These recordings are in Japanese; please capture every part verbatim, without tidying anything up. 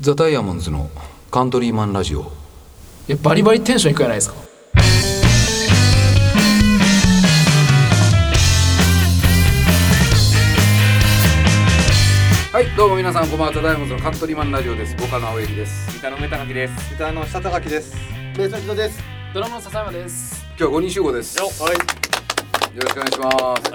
ザ・ダイヤモンドズのカントリーマンラジオ。 いやバリバリテンションいくじゃないですか。 はい、どうも皆さんこんばんは。ザ・ダイヤモンドズのカントリーマンラジオです。ボーカルの青柳です。 ギターの梅高木です。 ギターの下高木です。ベースの木戸です。 ドラムの笹山です。 今日はごにん集合です。 よ、はい、 よろしくお願いします。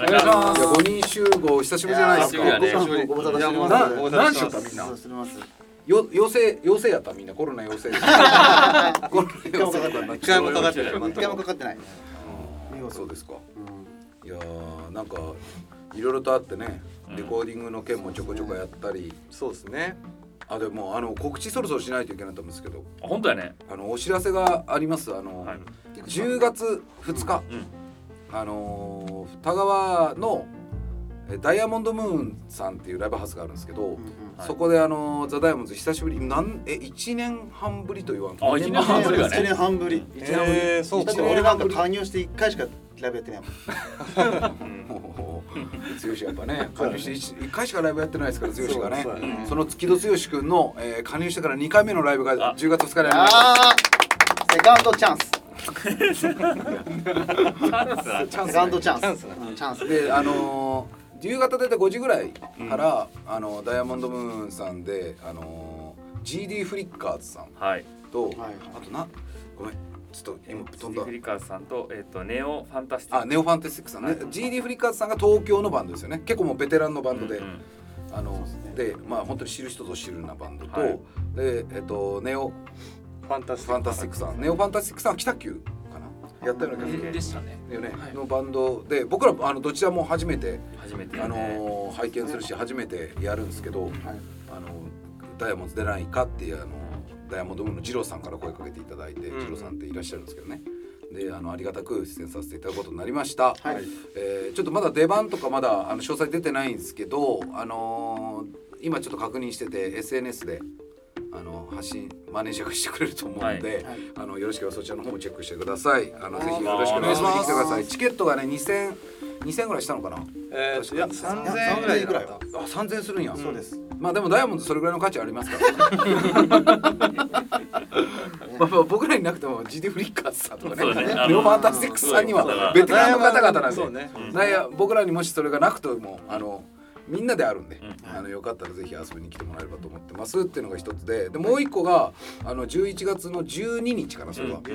お願いします。 いやごにん集合久しぶりじゃないですか。 いや久しぶりだね。 ご無沙汰してなます。 何しよったみんな。 してます。 よ陽性陽性やったみんなコロナ陽性。コロナ陽性だった。 一回もかかってない。一回もかかってない。 そうですか。いやーなんかいろいろとあってね、レコーディングの件もちょこちょこやったり。 そうですね。 あでもあの告知そろそろしないといけないと思うんですけど。 あ本当やね。 あのお知らせがあります。あの、はい、じゅうがつふつか、うんうん、あの田川のダイヤモンドムーンさんっていうライブハウスがあるんですけど、うんうん、そこであのザ・ダイヤモンドズ久しぶりなんえいちねんはんぶりと言わんと。 あいちねんはんぶりだね。 いちねんはんぶり。いちねんはんぶり。えー、そうか。俺なんか加入していっかいしかライブやってないもん。 剛やっぱね加入していっかいしかライブやってないですから剛がね。そ, ねその木戸剛くんの、えー、加入してからにかいめのライブがじゅうがつふつかにあります。 あーセカンドチャンス。 チャンスセカンドチャンス。チャンスであのー夕方出てごじぐらいから、うん、あのダイヤモンドムーンさんであの ジーディー フリッカーズさんと、はい、あとなごめんちょっと今飛んだ ジーディー フリッカーズさんと、えー、とネオファンタスティックあネオファンタスティックさんね、はい、ジーディー フリッカーズさんが東京のバンドですよね。結構もうベテランのバンドで、うんうん、あのでまあ本当に知る人ぞ知るなバンドと、はい、でえっ、ー、とネオファンタスティックさんネオファンタスティックさんは北九やったような気がするでしたね。 よね、はい、のバンドで僕らあのどちらも初めて初めて、ね、 あの拝見するし初めてやるんですけど、はい、あのダイヤモンド出ないかっていうあのダイヤモンドムーンの二郎さんから声かけていただいて、うん、二郎さんっていらっしゃるんですけどね。であのありがたく出演させていただくことになりました。はいえー、ちょっとまだ出番とかまだあの詳細出てないんですけど、あのー、今ちょっと確認してて エスエヌエス であの発信マネージャーがしてくれると思うので、はいはい、あのよろしければそちらの方もチェックしてください。あのぜひよろしくお願いします。来てください。チケットがねにせんにせんぐらいしたのかな。 えー、いやさんぜんえんぐらいぐらいは。 あさんぜんえんするんや。 そうです。 まあでもダイヤモンドそれぐらいの価値ありますから、ね。まあ僕らになくても ジーディー フリッカーズさんとかね、レオファンタスティックスさんにはベテランの方々なんで、ねうん、ダイヤ僕らにもしそれがなくてもあの。みんなであるんで、うん、あのよかったらぜひ遊びに来てもらえればと思ってますっていうのが一つで、でもう一個があのじゅういちがつのじゅうににちかなそれは、うん、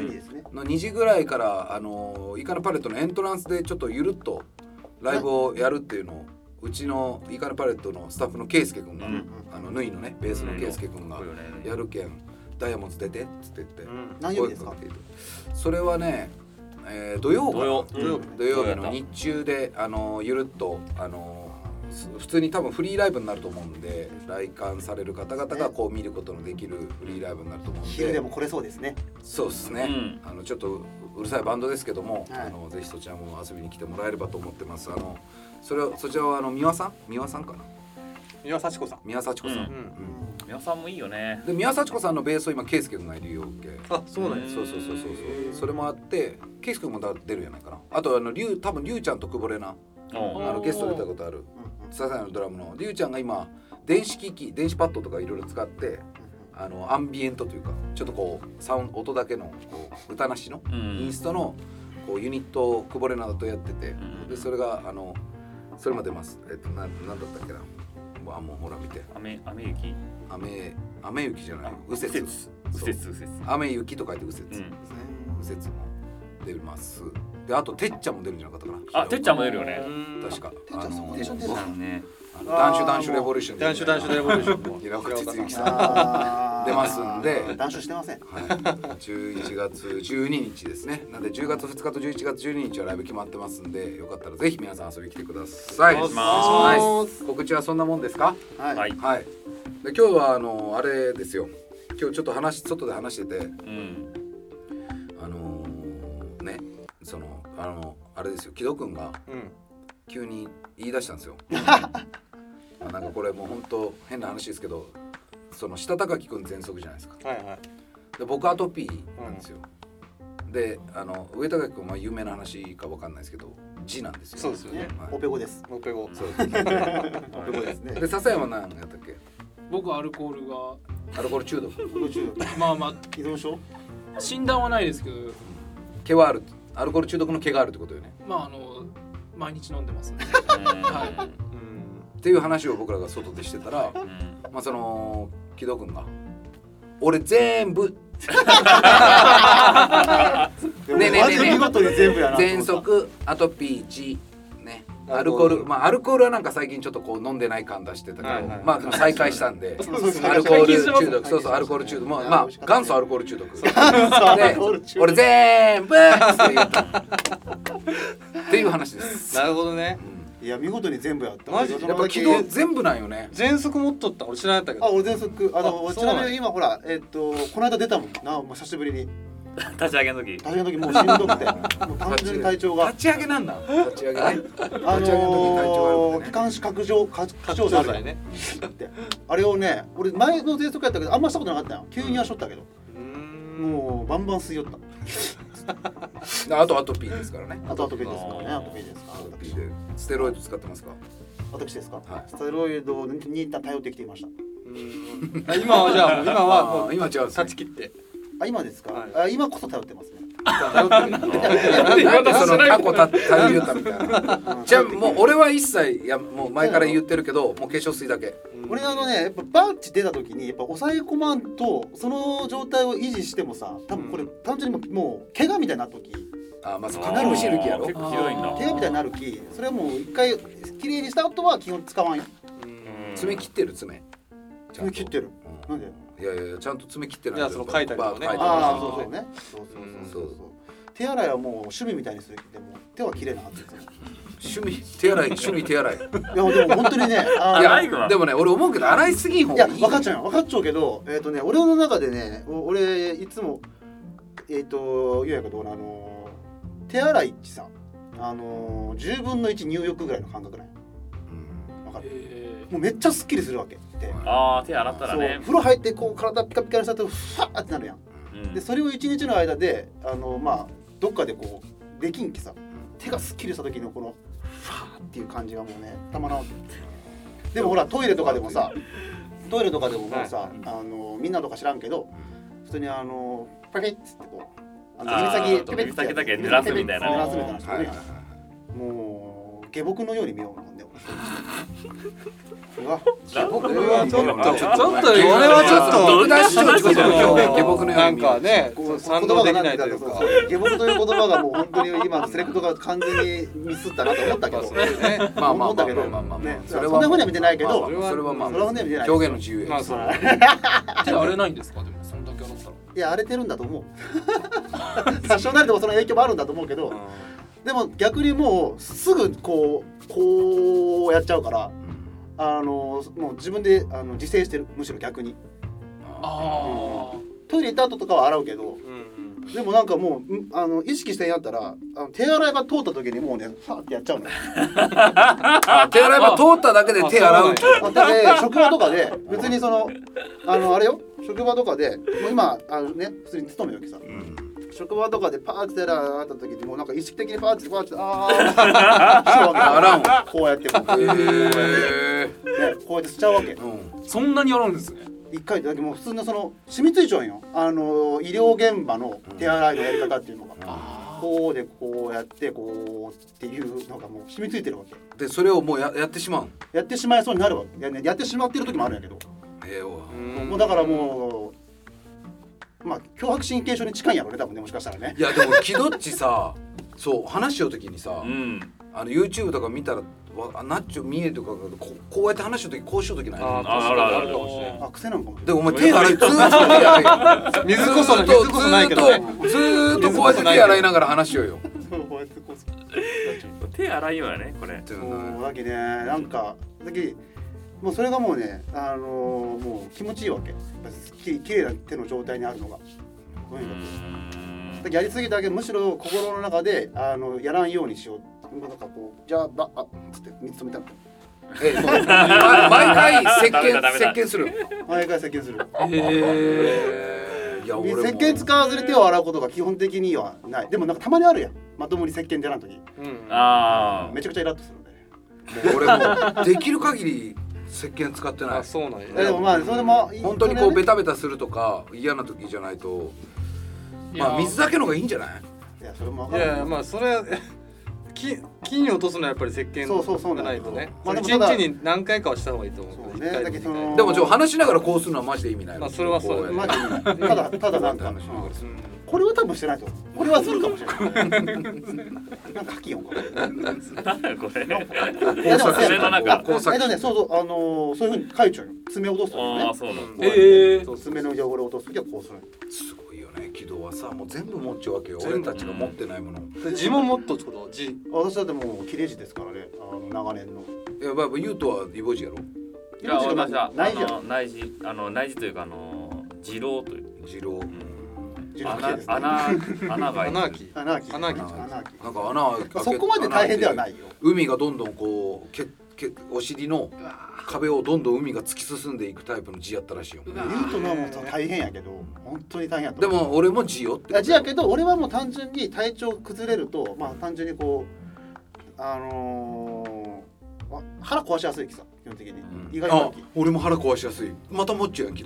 のにじぐらいからあのイカのパレットのエントランスでちょっとゆるっとライブをやるっていうのをうちのイカのパレットのスタッフのケイスケ君が、うん、あのヌイのねベースのケイスケ君がやるけん、ダイヤモンド出てっつって言って、うん、 何曜日ですか？ それはね、えー、土曜かな、 土曜、 うん、土曜日の日中であのゆるっとあの普通に多分フリーライブになると思うんで来館される方々がこう見ることのできるフリーライブになると思うんで昼でも来れそうですね。 そうですね、うん、あのちょっとうるさいバンドですけども、はい、あのぜひそちらも遊びに来てもらえればと思ってます。あのそれをそちらはあの三輪さん三輪さんかな三輪幸子さん三輪幸子さん、うんうん、 三輪さんもいいよね。 で三輪幸子さんのベースを今圭介君がいるよけ。 あそうなんです。 そうそうそうそうそうそれもあって圭介君も出るんじゃないかな。あとあのリュウ多分リュウちゃんと久保玲奈あのゲストで出たことあるサザエのドラムのリュウちゃんが今電子機器電子パッドとかいろいろ使ってあのアンビエントというかちょっとこうサウンド音だけのこう歌なしのインストのこうユニットを久保玲奈とやってて、でそれがあのそれも出ます。えっとななんだったっけな。あもうほら見て雨雨雪雨雨雪じゃない右折右折右折雨雪と書いて右折、うん、右折も出ます。であとてっちゃんも出るんじゃなかったかな。 あてっちゃんも出るよね確か。 てっちゃんそこでしょ出るね。 ダンシュダンシュレボリューションダンシュダンシュレボリューションも平岡哲之さん出ますんでダンシュしてません、 はい、じゅういちがつじゅうににちですね。なんでじゅうがつふつかとじゅういちがつじゅうににちはライブ決まってますんでよかったらぜひ皆さん遊びに来てください。 お願いします。 告知はそんなもんですか？ はい、 はいはい、で今日はあのあれですよ。今日ちょっと話外で話してて、うん、あのー、ねそのあのあれですよ木戸くんが急に言い出したんですよ、うん、なんかこれもう本当変な話ですけどその下高木くん喘息じゃないですか、 はいはい、 で僕アトピーなんですよ、うん、であの上高木くんは有名な話か分かんないですけど字なんですよ、ね、 そうですよね、はい、オペ語ですオペ語そうですオペ語ですね。 で笹山何やったっけ？ 僕アルコールがアルコール中毒。 アルコール中毒。 まあまあ依存症？ 診断はないですけど、 毛はある。アルコール中毒の毛があるってことよね。 まああの毎日飲んでますね。 はっていう話を僕らが外でしてたら、まあその木戸君が俺全部ねえねえねえ見事に全部やな。 喘息、アトピー、痔ね、アルコール、まあアルコールはなんか最近ちょっとこう飲んでない感出してたけど、 はいはい、 まあでも再開したんで、 そうそうそうアルコール中毒、そうそうアルコール中毒、まあまあ元祖アルコール中毒。で、俺全部って言ったっていう話です。 なるほどね。 いや見事に全部やった。 マジやっぱ木戸全部なんよね。 喘息持っとった俺知らなかったけど。 あ、俺喘息、あのちなみに今ほらえっとこの間出たもんな、もう久しぶりに。 立ち上げの時立ち上げの時もうしんどくて、もう単純に体調が立ち上げなんだ。立ち上げね。 あ立ち上げの時に体調のが気管支拡張拡張剤ね。あれをね、俺前の喘息やったけどあんましたことなかったよ。急にはしょったけど。もうバンバン吸いよった。 あとアトピーですからね。 あとアトピーですからね。アトピーですから。 アトピーでステロイド使ってますか？ 私ですか？ はいステロイドに頼ってきていました。 今はじゃあ今はもう今違う断ち切って。 あ、今ですか？ はいあ、今こそ頼ってますね。 なんでその過去た頼りたみたいな。じゃあもう俺は一切いやもう前から言ってるけどもう化粧水だけ。 俺あのねやっぱバッチ出た時にやっぱ抑え込まんとその状態を維持してもさ、多分これ単純にもう怪我みたいになった時、 あ、まずかなりむしる気やろ。 結構ひどいんだ。 怪我みたいになる気、それはもう一回きれいにした後は基本使わんよ。 爪切ってる爪。 爪切ってる。なんで？ いやいやちゃんと爪切ってない。 じゃあその書いたりとかね。 ああそうそうね。そうそうそうそう。手洗いはもう趣味みたいにするけども手は綺麗なはずですよ。 趣味手洗い趣味手洗い。いやでも本当にね、あいやでもね俺思うけど洗いすぎん方いやがいい。 分かっちゃうよ分かっちゃうけど、えっとね俺の中でね、俺いつもえっと言うやけどあの手洗いってさ、あのじゅうぶんのいち入浴ぐらいの感覚ない。分かる？もうめっちゃスッキリするわけ。 ああ手洗ったらね。 風呂入ってこう体ピカピカにしたとファーってなるやん。でそれを一日の間であのまあどっかでこうできんきさ、手がスッキリした時のこのファーっていう感じがもうねたまらんわけ。でもほらトイレとかでもさ、トイレとかでももうさ、あのみんなとか知らんけど普通にあのパキッつってこうあの指先ペペ指先だけ濡らすみたいな。 濡らすみたいな人ね。もう下僕のように見ようなんで。うわ、下僕のようにちょっとちょっと俺はちょっと僕だしちょっと下僕のようになんかね賛同できないというか、 下僕という言葉がもう本当に今セレクトが完全にミスったなと思ったけど、 まあまあ思ったけどまあまあね、それはそんな風には見てないけど、 それはまあそれはね見てない。 表現の自由や。 まあそう。 手荒れないんですか？でもそんだけ洗ったら。 いや荒れてるんだと思う。多少なりともその影響もあるんだと思うけど、でも逆にもうすぐこうこうやっちゃうから。あのもう自分であの自制してる、むしろ逆に。 ああ。 トイレ行った後とかは洗うけど、うん、でもなんかもうあの意識してやったらあの手洗い場通った時にもうねファーってやっちゃうの。 手洗い場通っただけで手洗う。 だって職場とかで別にそのあのあれよ、職場とかでもう今あのね普通に勤めるわけさ。うん、職場とかでパーってやらった時にもうなんか意識的にパーってパーってああ洗うのこうやってもこうやってねこうやってしちゃうわけ。 そんなに洗うんですね。 一回だけもう普通のその染みついちゃうんよ。あの医療現場の手洗いのやり方っていうのが、こうでこうやってこうっていうのがもう染みついてるわけで、それをもう や, やってしまうやってしまいそうになるわけ。 や,、ね、やってしまってる時もあるんやけど、 えー、 もうだからもうまあ強迫神経症に近いんやろね多分ね、もしかしたらね。 いやでもキドッチさそう話しよう時にさ、うん、あの YouTube とか見たらナッチョ見えとかここうやって話しよう時こうしよう時ない。 あああるあるかもしれない。 あ癖なのかもしれない。 でもお前手洗いずーっと手洗い水こそ水こそないけどね。 ずーっとこうやって手洗いながら話しようよ。 こうやってこう手洗いようやねこれ。 もうだけねなんかだけもうそれがもうねあのー、もう気持ちいいわけ。ききれいな手の状態にあるのが。とにかくやりすぎたけどむしろ心の中であのやらんようにしよう。なんかこうじゃあばあつって水止めたの。 ええ、毎回石鹸石鹸する。 毎回石鹸する。 へえ。いや俺も石鹸使わずに手を洗うことが基本的にはない。でもなんかたまにあるやん。まともに石鹸で洗う時。うん。ああ。めちゃくちゃイラッとするんで。 もう俺もできる限り石鹸使ってない。 あ、そうなんや。 でもまあそれでも本当にこうベタベタするとか嫌な時じゃないと、まあ水だけのがいいんじゃない？ いやそれも分かる。 いやいやまあそれはき金を落とすのはやっぱり石鹸そうそうそうがないとね。 まあでも一日に何回かはした方がいいと思う。 そうね一回だけどそのでもちょ話しながらこうするのはマジで意味ない。 まあそれはそうこやってマジでただただなんか話しながらするこれは多分してないと思う。これはするかもしれない。なんか書きよんか。 なんだよこれ。 いやでも爪の中あえっとねそうそうあのーそういう風に書いちゃうよ。爪を落とすときああね。 そうなんだ。 ええそう爪の汚れを落とすときはこうする。 すごいよね。軌道はさもう全部持っちゃうわけよ。俺たちが持ってないもの。 で字ももっとってこと字。 私だってもう切れ字ですからね。あの長年の。 いやまあユウトはイボジやろ。 いや私はないじゃん。 あの内耳あの内耳というかあの二郎という二郎。 穴穴穴が穴開き。 穴開き。 穴開き。 穴開き。 なんか穴開けそこまで大変ではないよ。 海がどんどんこうけけお尻の壁をどんどん海が突き進んでいくタイプの字やったらしいよ。 言うとのはもう大変やけど本当に大変やとで思う。 も俺も字よっていや字やけど俺はもう単純に体調崩れるとまあ単純にこうあのー、腹壊しやすいきさ基本的に、 うん意外とあ俺も腹壊しやすい。また持っちゃうやんけど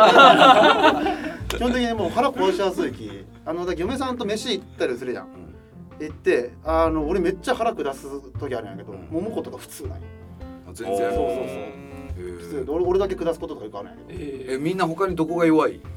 基本的にもう腹壊しやすいきあのだから嫁さんと飯行ったりするじゃん、行ってあの俺めっちゃ腹下す時あるんやけど、 うん桃子とか普通なんよ全然そうそうそうへー普通で俺俺だけ下すこととかよくあるんやけどええみんな他にどこが弱い？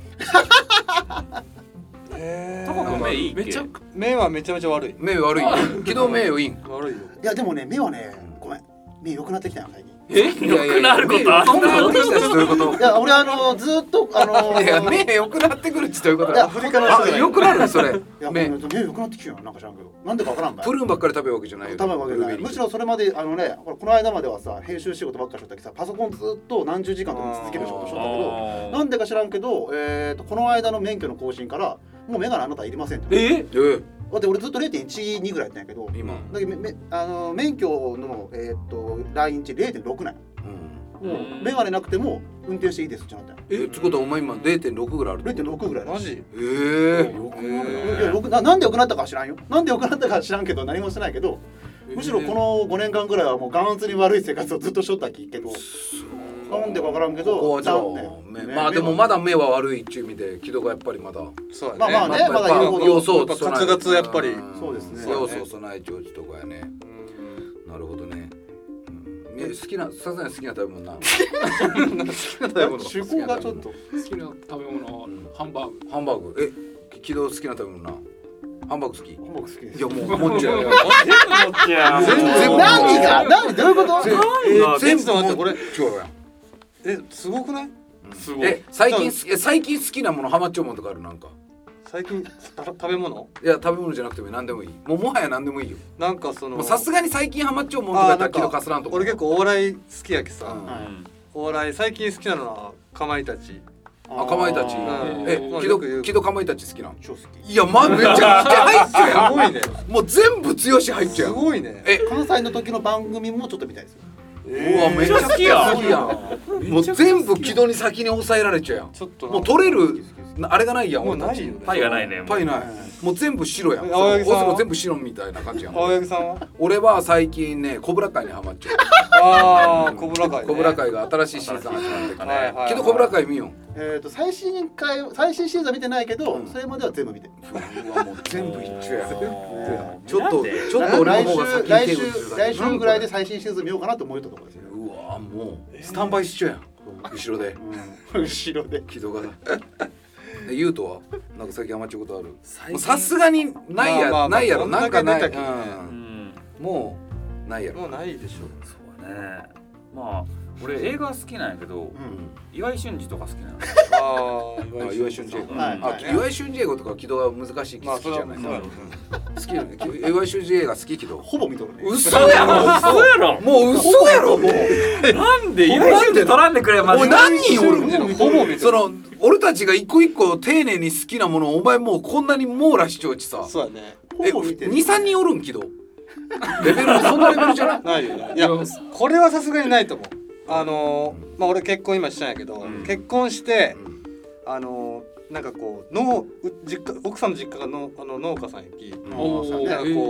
へタコ君目いいっけ？ めちゃく目はめちゃめちゃ悪い。 目悪い軌道目いいん悪いよ。 いやでもね目はねごめん目良くなってきたよ最近え良くなることあるそんな良くなってきたしどういうこと？ いや俺あのずーっとあのいや目良くなってくるってどういうことだ？ いやアフリカの人あ良くなるそれいや目目目良くなってきてるよなんか知らんけどなんでかわからんばいプルーンばっかり食べるわけじゃないよ。 多分わけじゃないブルーベリーむしろそれまであのねこの間まではさ編集仕事ばっかりしとったけどさパソコンずっと何十時間とか続ける仕事しとったけどなんでか知らんけど、えー、とこの間の免許の更新からもう眼鏡あなたいりませんってええーだって俺ずっと れいてんいちに ぐらいやったんやけど今だけどめめあの免許の、えー、とライン値 れいてんろく なんやうんもう眼鏡なくても運転していいですってなったんやえってことはお前今 れいてんろく ぐらいある？ れいてんろく ぐらいマジ？ えーそうよくなるいやよくななんで良くなったかは知らんよなんで良くなったかは知らんけど何もしてないけどむしろこのごねんかんぐらいはもう眼圧に悪い生活をずっとしとったきけどなんでか分からんけどここはじゃあなんでね目まあでもまだ目は悪いっていう意味で軌道がやっぱりまだそうまあまあねやっぱまだ言うほど要素をやっぱ滑舌やっぱりそうですね要素を備えちょうちとかやねなるほどねうん好きなさすがに好きな食べ物な好きな食べ物趣向がちょっと好きな食べ物はハンバーグ。 ハンバーグえ軌道好きな食べ物なハンバーグ好きい僕好きですやもうもっちゃうよいや全然何が何どういうこと全え全部ちょっと待ってこれ違うやんえすごくない？ すごい。 え最近すえ最近好きなものハマっちゃうものとかあるなんか最近た食べ物？ いや食べ物じゃなくても何でもいいもうもはや何でもいいよなんかそのもうさすがに最近ハマっちゃうものとかやったらキロかすらんとこ俺結構お笑い好きやけさ、 うんうんお笑い最近好きなのはかまいたち。 あかまいたちうんえまあ木よく言う戸木戸かまいたち好きなん超好きいやまめちゃくちゃ入っちゃうやすごいね。 んもう全部強し入っちゃすうごいね。 え関西の時の番組もちょっと見たいですようわめちゃくちゃ好きやんもう全部木戸に先に抑えられちゃうやんちょっともう取れるあれがないやんもう俺たちないよね。 パイがないね。 パイないもう全部白やん青柳さんはオスロ全部白みたいな感じやん青柳さんは？ 俺は最近ねコブラ会にハマっちゃうああ、コブラ会ね。 コブラ会が新しいシーズン始まってからはいはいはい。 けどコブラ会見よんえっと最新回最新シーズンは見てないけどうんそれまでは全部見てうわもう全部一緒やおーちょっとなんでちょっと俺の方が先に来週手を打ってるだけ来週ぐらいで最新シーズン見ようかなと思えたところですようわもうスタンバイしちゃうやん後ろでうん後ろで軌道がえユウトはなんか最近ハマっちゃうことある最近もうさすがにないやまあまあまあないやろこんだけなんかない出たけどねううんんもうないやろもうないでしょ。 そうね。まあ俺映画好きなんやけどうん岩井俊二とか好きなの。 ああ、 あ岩井俊二うんはいあ岩井俊二映画とか軌道は難しいまあ好きじゃないそうやろ好きなの岩井俊二映画好き軌道ほぼ見とるね嘘やろそうやろ。 もう嘘やろもうなんで岩井俊二取らんでくれマジで。 おい何人おるほぼ見てるその俺たちが一個一個丁寧に好きなものをお前もうこんなに網羅しちゃうちさそうやね。 えほぼ見てるにさんにんおるん軌道レベルそんなレベルじゃないないよね。いや、これはさすがにないと思う。あのー、まあ俺結婚今したんやけど、 うん結婚してうんあのー、なんかこう農う実家奥さんの実家がのあの農家さんやき、 おーなんかこ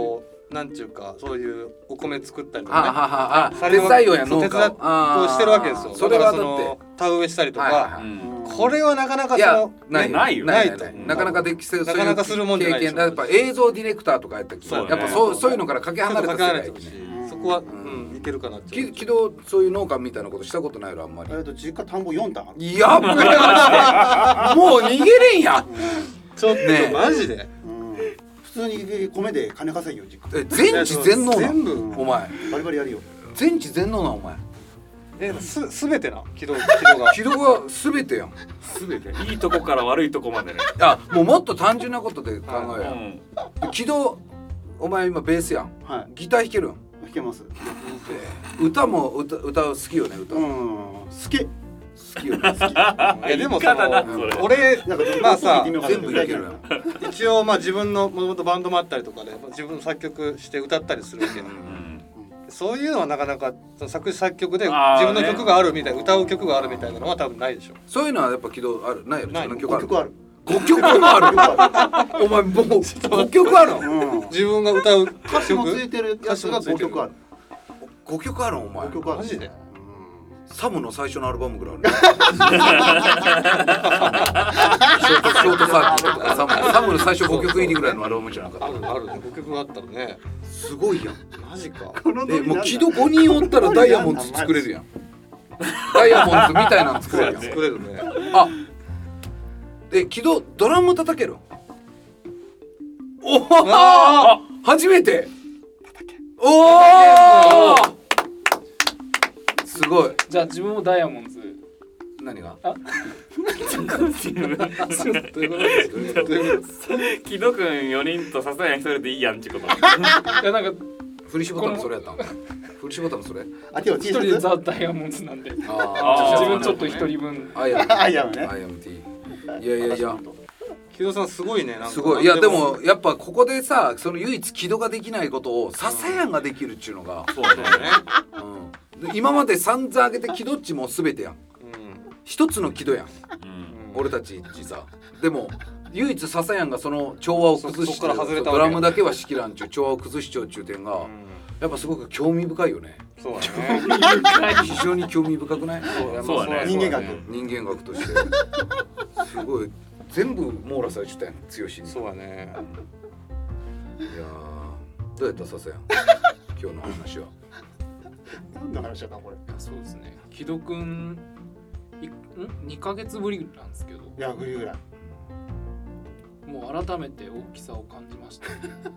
なんちゅうかそういうお米作ったりとあかねははあされる手伝いよやそう農家を手伝いをしてるわけですよ。 それはだってだからその田植えしたりとか、 はいはいはいうんこれはなかなかいやそのないねないよないとなかなかできそうなかなかするもんじゃないでしょ経験だやっぱ映像ディレクターとかやったきそうねやっぱそうそういうのからかけちょっ離れた世界とかけ離れてほしうんい。そこはうんいけるかなってき木戸そういう農家みたいなことしたことないのあんまりえっと実家田んぼよんたんある。 やっべえマジでもう逃げれんやちょっねとマジでうん普通に米で金稼ぎよ実家。 え全知全能な全部お前バリバリやるよ。 全知全能なお前えすすべてな軌道軌道が木戸は全てやん全ていいとこから悪いとこまでねあもうもっと単純なことで考えうやん木戸お前今ベースやんはい。 ギター弾けるん弾けます。 歌も歌歌う好きよね歌うん。 好好き。 きよねいやでもそ言い方だのそれ俺なんかまあさ全部いけるやん一応まあ自分のもともとバンドもあったりとかで自分の作曲して歌ったりするわけ、 うんそういうのはなかなかその作詞作曲であー自分の曲があるみたいな歌う曲があるみたいなのは多分ないでしょ。 そういうのはやっぱ起動あるないやろない自分の曲あるご曲ある。 ご曲もあるお前もうご曲あるのうん。 自分が歌う歌詞もつい曲てるやつがご曲ある。 ご曲あるのお前ご曲ある。 マジでうんサムの最初のアルバムぐらいあるショートショートサーキットとかサムサムの最初ごきょく入りぐらいのアルバムじゃなかったあるあるねご曲があったらね。 すごいやんマジか。 このえもう木戸ごにんおったらダイヤモンド作れるやんダイヤモンドみたいなの作れるやん作れるね。 あで木戸ドラム叩けるおおあ初めておおすごいじゃあ自分もダイヤモンズ何がちょっということです木戸くんよにんとさすがに一人でいいやんってこといやなんか振り絞ったのそれやったん振り絞ったのそれあ、今日 T シ一人でャツザ・ダイヤモンズなんであ自分ちょっと一人分あいやあ、いやね。 アイアムティーいやいやいや木戸さんすごいねなんか。 すごいいやでもやっぱここでさその唯一木戸ができないことを笹谷ができるっちゅうのが、 そうだよねうん、で今まで散々上げて木戸っちも全てやんうん一つの木戸やんうん俺たちっちさでも唯一笹谷がその調和を崩しそそっから外れたわけドラムだけは仕切らんちゅう調和を崩しちゃうっちゅう点が、 うんやっぱすごく興味深いよねそうだね。 非常に興味深くないそうだね人間学。 人間学としてすごい全部網羅されちゃったやん剛にそうだね。 いやーどうやった笹谷今日の話は何の話だったこれ。 そうですね木戸くんいんにかげつぶりなんですけどいや、グリぐらい。 もう改めて大きさを感じました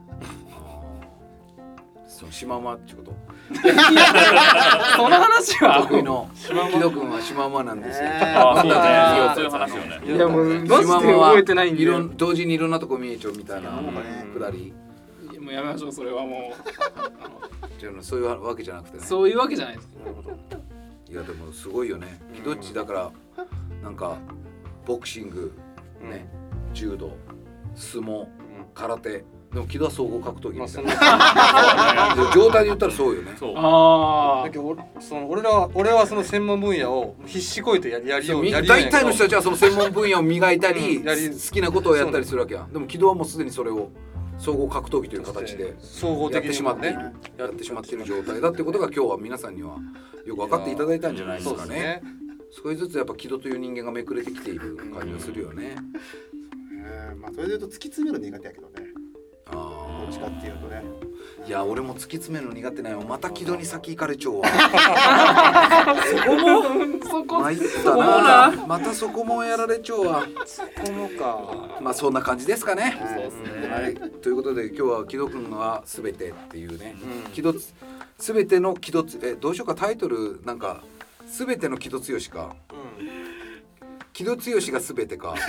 そのシマウマってことその話は得意の木戸君はシマウマなんですよ、 ねああそうまだねそういう話よねいやもうシマジでマウマは覚えてないんでいろん同時にいろんなとこ見えちゃうみたいなうんくだりもうやめましょうそれはもうあのじゃあそういうわけじゃなくてねそういうわけじゃないですいやでもすごいよね木戸っちだからなんかボクシングね、柔道相撲空手でも木戸は総合格闘技みたいまあそんなな状態で言ったらそうよねそうあだけど俺その俺らは俺はその専門分野を必死こいてやりやりようやりよう大体の人たちはその専門分野を磨いたり、 うんやり好きなことをやったりするわけやでも木戸はもうすでにそれを総合格闘技という形で総合やっ的にてしまっているねやってしまっている状態だってことが今日は皆さんにはよく分かっていただいたんじゃないですかね少しずつやっぱ木戸という人間がめくれてきている感じがするよねうん、まあそれで言うと突き詰めるの苦手やけどね。 あどっちかっていうとね。 ーいや俺も突き詰めるの苦手ないよまた木戸に先行かれちゃうわそこもそこ参ったなまたそこもやられちゃうわそこもかまあそんな感じですかねはいそうですねはい、ということで今日は木戸くんはすべてっていうね、 うん木戸つすべての木戸つえどうしようかタイトルなんかすべての木戸剛か木戸剛がすべてか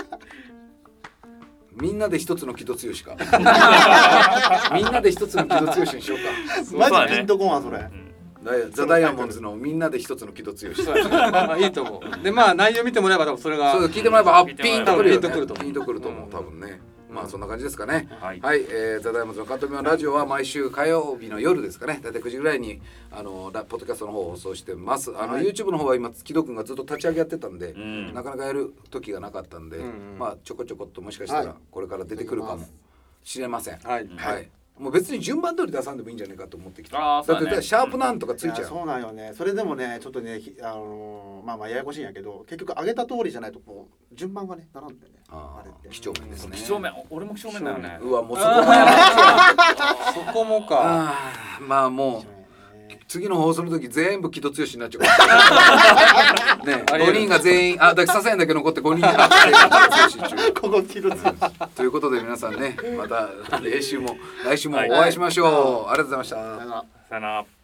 みんなで一つの木戸剛かみんなで一つの木戸剛にしようかマジピンとこんわそれ。 ダイヤザ・ダイヤモンズのみんなで一つの木戸剛そうやねいいと思うでまあ内容見てもらえば多分それがそう聞いてもらえばあピンとくるよ、ね、 ピンとくると思うピンとくると思う多分ね、まあそんな感じですかね。 はいはい、えー、ザ・ダイヤモンドのカントミョンラジオは毎週火曜日の夜ですかね、だいたいくじぐらいにあのラポッドキャストの方を放送してます。あの、 はい、 YouTube の方は今木戸くんがずっと立ち上げやってたんで、 うん、 なかなかやる時がなかったんで、 うんうんまあちょこちょこっともしかしたはいらこれから出てくるかもしれません。 はいはい。 もう別に順番通り出さんでもいいんじゃないかと思ってきた。 あーそうだねだってシャープなんとかついちゃう。 そうなんよね。それでもねちょっとねひあのーまあまあややこしいんやけど結局上げた通りじゃないとこう順番がね並んでね。 ああれって几帳面ですね。 几帳面俺も几帳面だよねうわもうそこもやなそこもか。 あーまあもう次の放送の時全部木戸剛になっちゃうねごにんが全員あだから笹谷だけ残ってごにんになっちゃうここキロ強いということで皆さんねまた来週も来週もお会いしましょう、はい、ありがとうございました。 さよなら。